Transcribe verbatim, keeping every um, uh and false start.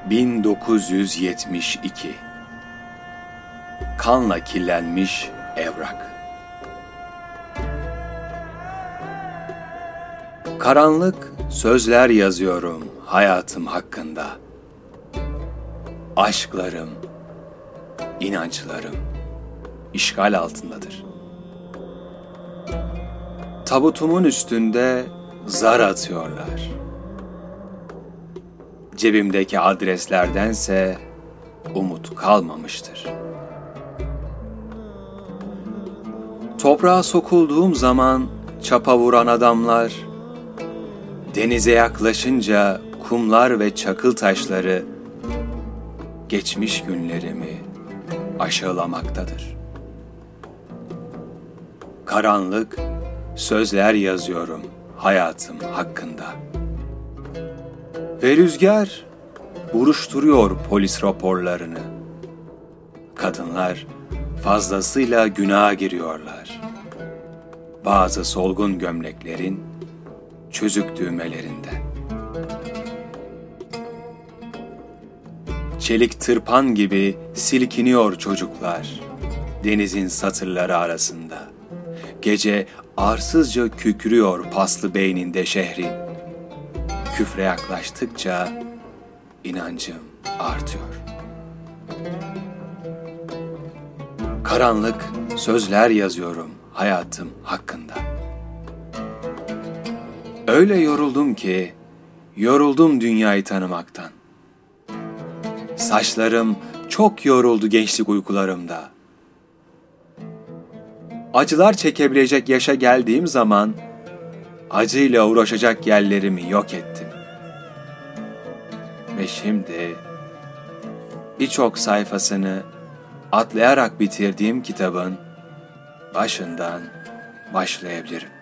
bin dokuz yüz yetmiş iki Kanla kirlenmiş evrak. Karanlık sözler yazıyorum hayatım hakkında. Aşklarım, inançlarım işgal altındadır. Tabutumun üstünde zar atıyorlar. Cebimdeki adreslerdense umut kalmamıştır. Toprağa sokulduğum zaman çapa vuran adamlar, denize yaklaşınca kumlar ve çakıl taşları geçmiş günlerimi aşağılamaktadır. Karanlık sözler yazıyorum hayatım hakkında. Ve rüzgar buruşturuyor polis raporlarını. Kadınlar fazlasıyla günaha giriyorlar. Bazı solgun gömleklerin çözük düğmelerinden. Çelik tırpan gibi silkiniyor çocuklar denizin satırları arasında. Gece arsızca kükrüyor paslı beyninde şehrin. Küfre yaklaştıkça inancım artıyor. Karanlık sözler yazıyorum hayatım hakkında. Öyle yoruldum ki, yoruldum dünyayı tanımaktan. Saçlarım çok yoruldu gençlik uykularımda. Acılar çekebilecek yaşa geldiğim zaman, acıyla uğraşacak yerlerimi yok ettim. Ve şimdi birçok sayfasını atlayarak bitirdiğim kitabın başından başlayabilirim.